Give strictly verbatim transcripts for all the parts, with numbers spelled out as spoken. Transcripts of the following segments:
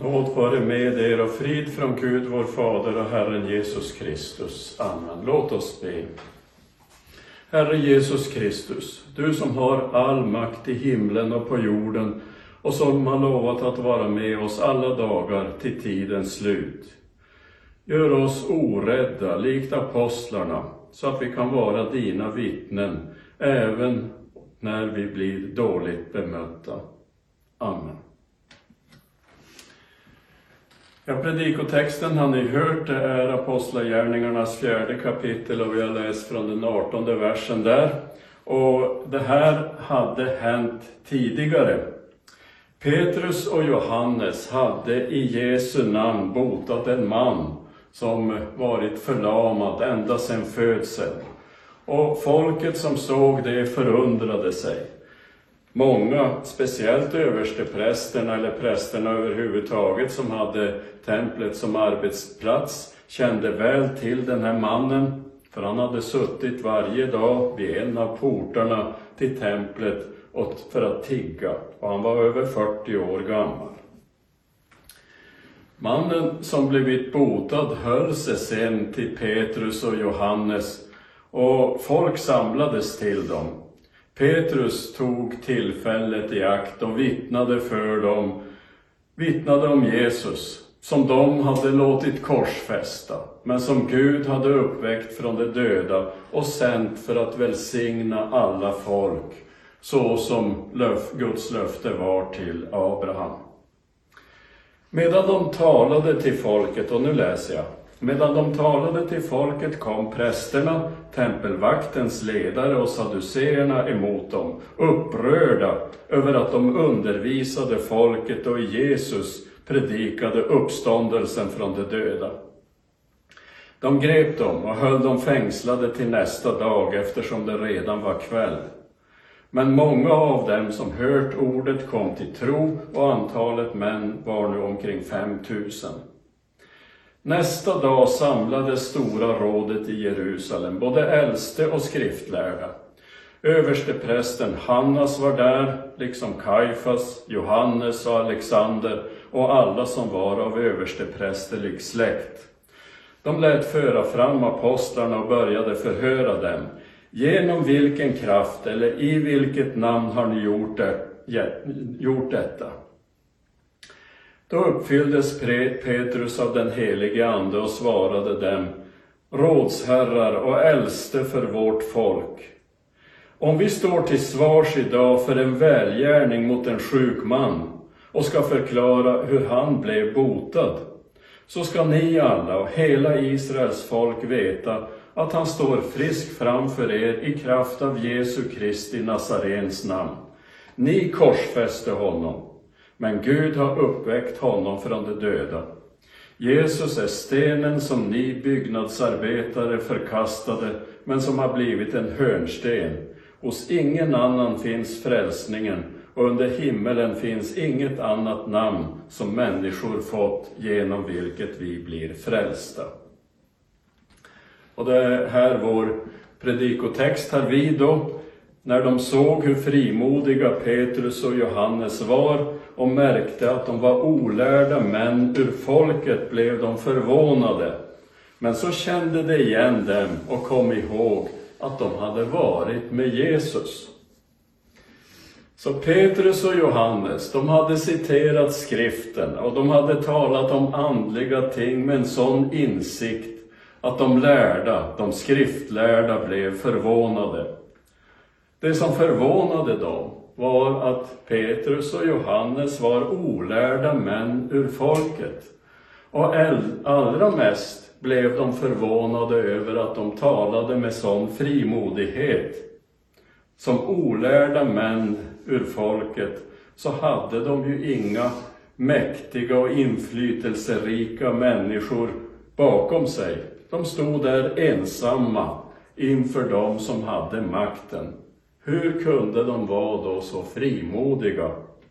Nåd vare med er och frid från Gud vår Fader och Herren Jesus Kristus. Amen. Låt oss be. Herre Jesus Kristus, du som har all makt i himlen och på jorden och som har lovat att vara med oss alla dagar till tidens slut. Gör oss orädda, likt apostlarna, så att vi kan vara dina vittnen, även när vi blir dåligt bemötta. Amen. Ja, predikotexten har ni hört, det är Apostlagärningarnas fjärde kapitel och vi har läst från den artonde versen där. Och det här hade hänt tidigare. Petrus och Johannes hade i Jesu namn botat en man som varit förlamad ända sedan födseln. Och folket som såg det förundrade sig. Många, speciellt översteprästerna eller prästerna överhuvudtaget som hade templet som arbetsplats, kände väl till den här mannen. För han hade suttit varje dag vid en av portarna till templet för att tigga. Och han var över fyrtio år gammal. Mannen som blivit botad höll sig sen till Petrus och Johannes och folk samlades till dem. Petrus tog tillfället i akt och vittnade för dem, vittnade om Jesus, som de hade låtit korsfästa, men som Gud hade uppväckt från de döda och sänt för att välsigna alla folk, så som löf, Guds löfte var till Abraham. Medan de talade till folket, och nu läser jag, medan de talade till folket kom prästerna, tempelvaktens ledare och saduceerna emot dem, upprörda över att de undervisade folket och Jesus predikade uppståndelsen från de döda. De grep dem och höll dem fängslade till nästa dag eftersom det redan var kväll. Men många av dem som hört ordet kom till tro och antalet män var nu omkring fem tusen. Nästa dag samlades stora rådet i Jerusalem, både äldste och skriftlärda. Översteprästen Hannas var där, liksom Kajfas, Johannes och Alexander och alla som var av översteprästerlig släkt. De lät föra fram apostlarna och började förhöra dem. Genom vilken kraft eller i vilket namn har ni gjort, det, gjort detta? Då uppfylldes Petrus av den helige ande och svarade dem, rådsherrar och äldste för vårt folk. Om vi står till svars idag för en välgärning mot en sjuk man och ska förklara hur han blev botad, så ska ni alla och hela Israels folk veta att han står frisk framför er i kraft av Jesu Kristi Nazarens namn. Ni korsfäste honom, men Gud har uppväckt honom från de döda. Jesus är stenen som ni byggnadsarbetare förkastade, men som har blivit en hörnsten. Hos ingen annan finns frälsningen, och under himmelen finns inget annat namn som människor fått genom vilket vi blir frälsta. Och det är här vår predikotext här vid då, när de såg hur frimodiga Petrus och Johannes var och märkte att de var olärda män ur folket, blev de förvånade. Men så kände de igen dem och kom ihåg att de hade varit med Jesus. Så Petrus och Johannes, de hade citerat skriften och de hade talat om andliga ting med en sån insikt att de lärda, de skriftlärda, blev förvånade. Det som förvånade dem var att Petrus och Johannes var olärda män ur folket. Och allra mest blev de förvånade över att de talade med sån frimodighet. Som olärda män ur folket så hade de ju inga mäktiga och inflytelserika människor bakom sig. De stod där ensamma inför dem som hade makten. Hur kunde de vara då så frimodiga?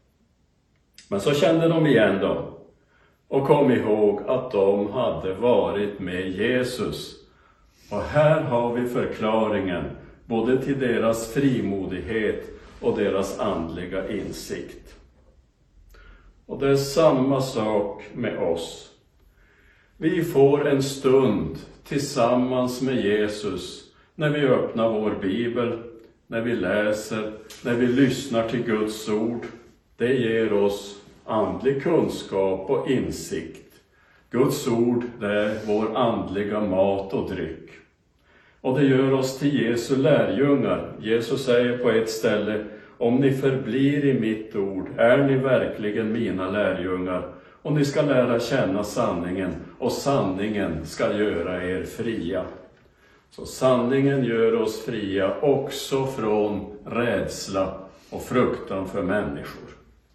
Men så kände de igen dem och kom ihåg att de hade varit med Jesus. Och här har vi förklaringen både till deras frimodighet och deras andliga insikt. Och det är samma sak med oss. Vi får en stund tillsammans med Jesus när vi öppnar vår bibel, när vi läser, när vi lyssnar till Guds ord. Det ger oss andlig kunskap och insikt. Guds ord, det är vår andliga mat och dryck. Och det gör oss till Jesu lärjungar. Jesus säger på ett ställe: om ni förblir i mitt ord är ni verkligen mina lärjungar, och ni ska lära känna sanningen, och sanningen ska göra er fria. Så sanningen gör oss fria också från rädsla och fruktan för människor.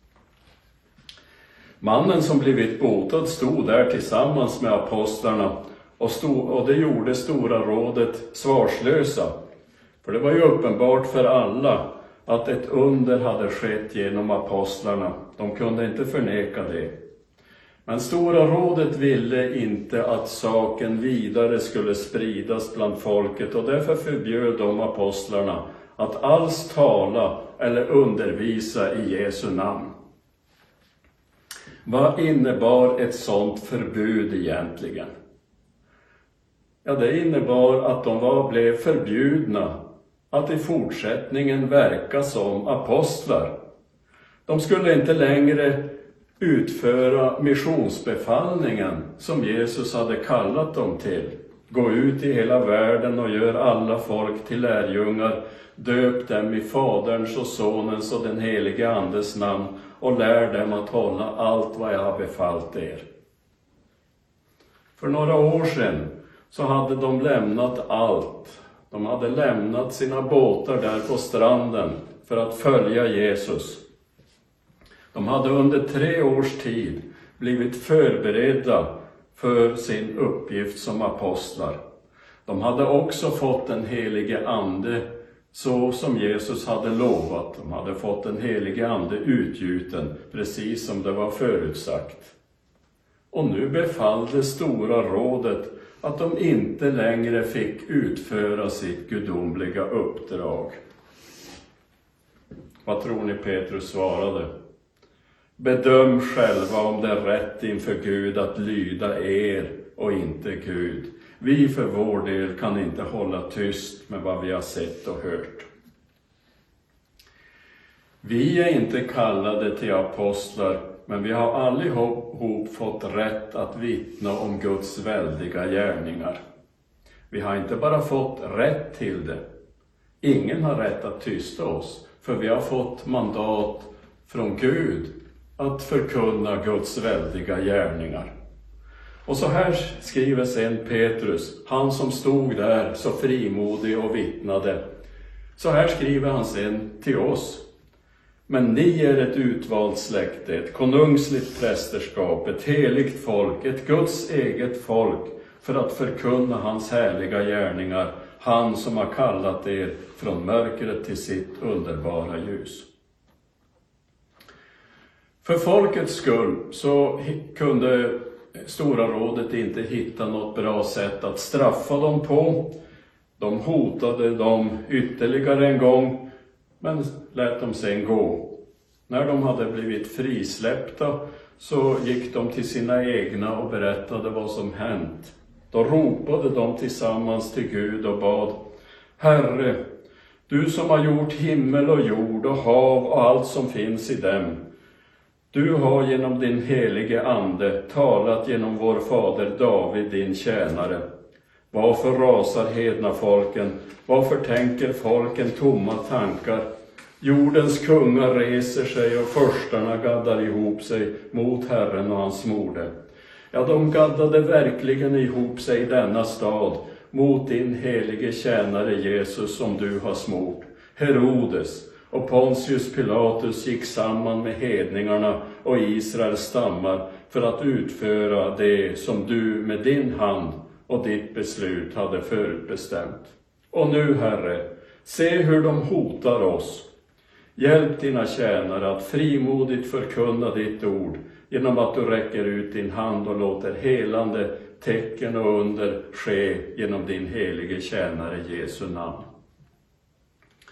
Mannen som blivit botad stod där tillsammans med apostlarna, och, stod, och det gjorde Stora rådet svarslösa. För det var ju uppenbart för alla att ett under hade skett genom apostlarna. De kunde inte förneka det. Men Stora rådet ville inte att saken vidare skulle spridas bland folket, och därför förbjöd de apostlarna att alls tala eller undervisa i Jesu namn. Vad innebar ett sådant förbud egentligen? Ja, det innebar att de var, blev förbjudna att i fortsättningen verka som apostlar. De skulle inte längre utföra missionsbefallningen som Jesus hade kallat dem till. Gå ut i hela världen och gör alla folk till lärjungar. Döp dem i Faderns och Sonens och den helige Andes namn och lär dem att hålla allt vad jag har befallt er. För några år sedan så hade de lämnat allt. De hade lämnat sina båtar där på stranden för att följa Jesus. De hade under tre års tid blivit förberedda för sin uppgift som apostlar. De hade också fått den helige ande så som Jesus hade lovat. De hade fått den helige ande utgjuten precis som det var förutsagt. Och nu befallde Stora rådet att de inte längre fick utföra sitt gudomliga uppdrag. Vad tror ni Petrus svarade? Bedöm själva om det är rätt inför Gud att lyda er och inte Gud. Vi för vår del kan inte hålla tyst med vad vi har sett och hört. Vi är inte kallade till apostlar, men vi har allihop fått rätt att vittna om Guds väldiga gärningar. Vi har inte bara fått rätt till det. Ingen har rätt att tysta oss, för vi har fått mandat från Gud att förkunna Guds väldiga gärningar. Och så här skriver sen Petrus, han som stod där så frimodig och vittnade. Så här skriver han sen till oss. Men ni är ett utvalt släkte, ett konungsligt prästerskap, ett heligt folk, ett Guds eget folk, för att förkunna hans härliga gärningar, han som har kallat er från mörkret till sitt underbara ljus. För folkets skull så kunde Stora rådet inte hitta något bra sätt att straffa dem på. De hotade dem ytterligare en gång, men lät dem sen gå. När de hade blivit frisläppta så gick de till sina egna och berättade vad som hänt. Då ropade de tillsammans till Gud och bad: Herre, du som har gjort himmel och jord och hav och allt som finns i dem. Du har genom din helige ande talat genom vår fader David, din tjänare. Varför rasar hedna folken? Varför tänker folken tomma tankar? Jordens kungar reser sig och förstarna gaddar ihop sig mot Herren och hans mode. Ja, de gaddade verkligen ihop sig i denna stad mot din helige tjänare Jesus som du har smort. Herodes och Pontius Pilatus gick samman med hedningarna och Israels stammar för att utföra det som du med din hand och ditt beslut hade förutbestämt. Och nu, Herre, se hur de hotar oss. Hjälp dina tjänare att frimodigt förkunna ditt ord genom att du räcker ut din hand och låter helande tecken och under ske genom din helige tjänare Jesu namn.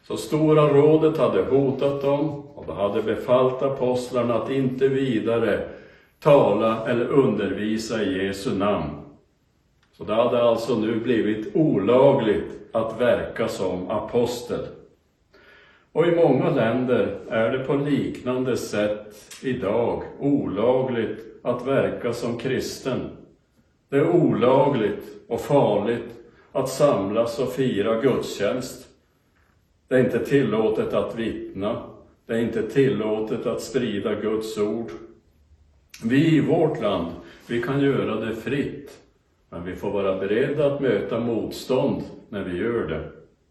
Så Stora rådet hade hotat dem och de hade befallt apostlarna att inte vidare tala eller undervisa i Jesu namn. Så det hade alltså nu blivit olagligt att verka som apostel. Och i många länder är det på liknande sätt idag olagligt att verka som kristen. Det är olagligt och farligt att samlas och fira gudstjänst. Det är inte tillåtet att vittna. Det är inte tillåtet att sprida Guds ord. Vi i vårt land, vi kan göra det fritt. Men vi får vara beredda att möta motstånd när vi gör det.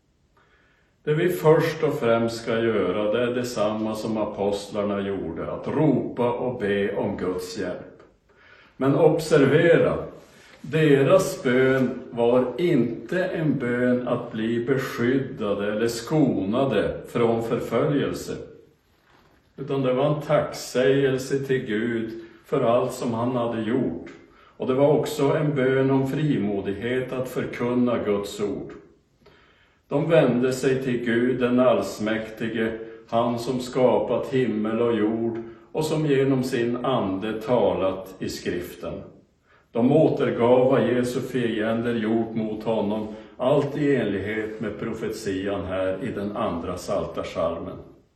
Det vi först och främst ska göra, det är detsamma som apostlarna gjorde. Att ropa och be om Guds hjälp. Men observera, deras bön var inte en bön att bli beskyddade eller skonade från förföljelse. Utan det var en tacksägelse till Gud för allt som han hade gjort. Och det var också en bön om frimodighet att förkunna Guds ord. De vände sig till Gud, den allsmäktige, han som skapat himmel och jord och som genom sin ande talat i skriften. De återgav vad Jesu fiender gjort mot honom, allt i enlighet med profetian här i den andra psaltarpsalmen.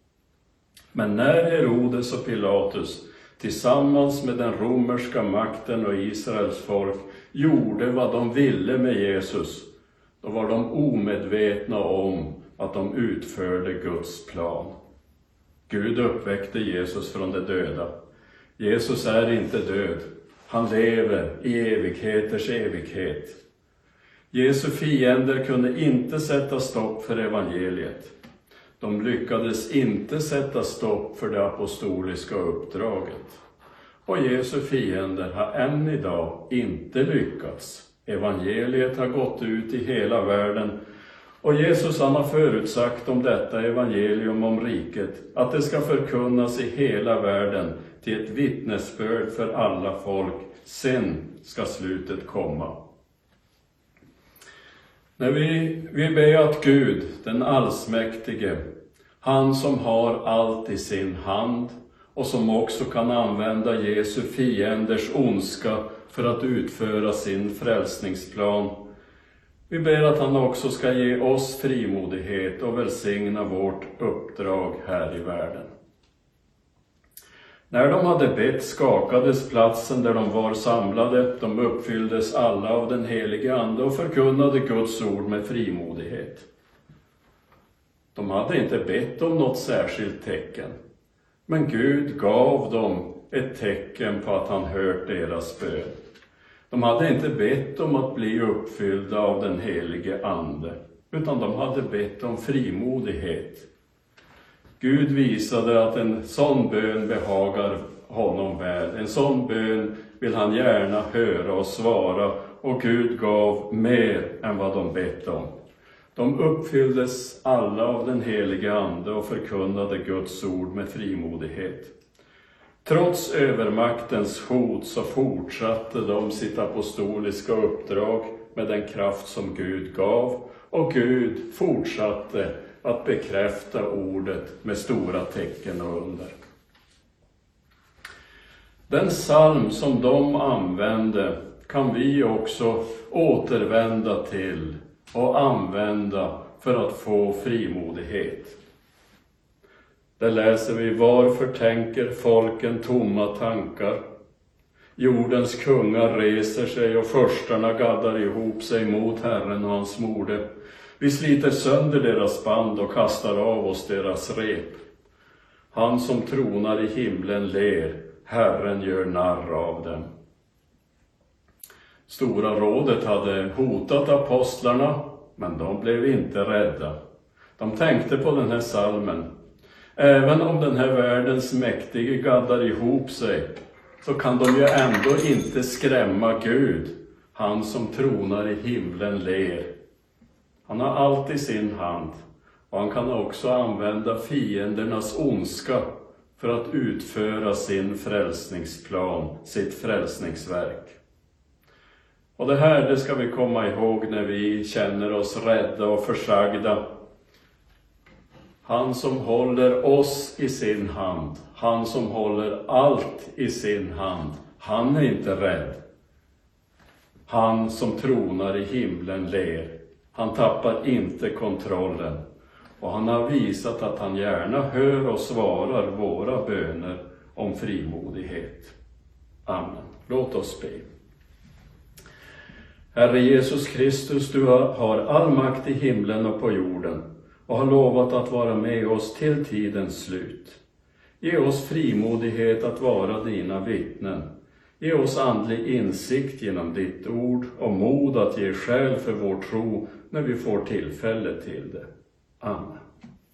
Men när Herodes och Pilatus tillsammans med den romerska makten och Israels folk gjorde vad de ville med Jesus, då var de omedvetna om att de utförde Guds plan. Gud uppväckte Jesus från de döda. Jesus är inte död. Han lever i evigheters evighet. Jesu fiender kunde inte sätta stopp för evangeliet. De lyckades inte sätta stopp för det apostoliska uppdraget. Och Jesu fiender har än idag inte lyckats. Evangeliet har gått ut i hela världen. Och Jesus han har förutsagt om detta evangelium om riket att det ska förkunnas i hela världen till ett vittnesbörd för alla folk. Sen ska slutet komma. När vi, vi ber att Gud, den allsmäktige, han som har allt i sin hand och som också kan använda Jesu fienders ondska för att utföra sin frälsningsplan. Vi ber att han också ska ge oss frimodighet och välsigna vårt uppdrag här i världen. När de hade bett skakades platsen där de var samlade. De uppfylldes alla av den helige ande och förkunnade Guds ord med frimodighet. De hade inte bett om något särskilt tecken. Men Gud gav dem ett tecken på att han hört deras bön. De hade inte bett om att bli uppfyllda av den helige ande, utan de hade bett om frimodighet. Gud visade att en sån bön behagar honom väl. En sån bön vill han gärna höra och svara, och Gud gav mer än vad de bett om. De uppfylldes alla av den helige ande och förkunnade Guds ord med frimodighet. Trots övermaktens hot så fortsatte de sitt apostoliska uppdrag med den kraft som Gud gav, och Gud fortsatte att bekräfta ordet med stora tecken och under. Den psalm som de använde kan vi också återvända till och använda för att få frimodighet. Där läser vi: varför tänker folken tomma tankar? Jordens kungar reser sig och förstarna gaddar ihop sig mot Herren och hans mode. Vi sliter sönder deras band och kastar av oss deras rep. Han som tronar i himlen ler, Herren gör narr av dem. Stora rådet hade hotat apostlarna, men de blev inte rädda. De tänkte på den här psalmen. Även om den här världens mäktige gaddar ihop sig, så kan de ju ändå inte skrämma Gud. Han som tronar i himlen ler. Han har allt i sin hand, och han kan också använda fiendernas ondska för att utföra sin frälsningsplan, sitt frälsningsverk. Och det här, det ska vi komma ihåg när vi känner oss rädda och försagda. Han som håller oss i sin hand, han som håller allt i sin hand, han är inte rädd. Han som tronar i himlen ler, han tappar inte kontrollen. Och han har visat att han gärna hör och svarar våra böner om frimodighet. Amen. Låt oss be. Herre Jesus Kristus, du har all makt i himlen och på jorden och har lovat att vara med oss till tidens slut. Ge oss frimodighet att vara dina vittnen. Ge oss andlig insikt genom ditt ord och mod att ge skäl för vår tro när vi får tillfälle till det. Amen.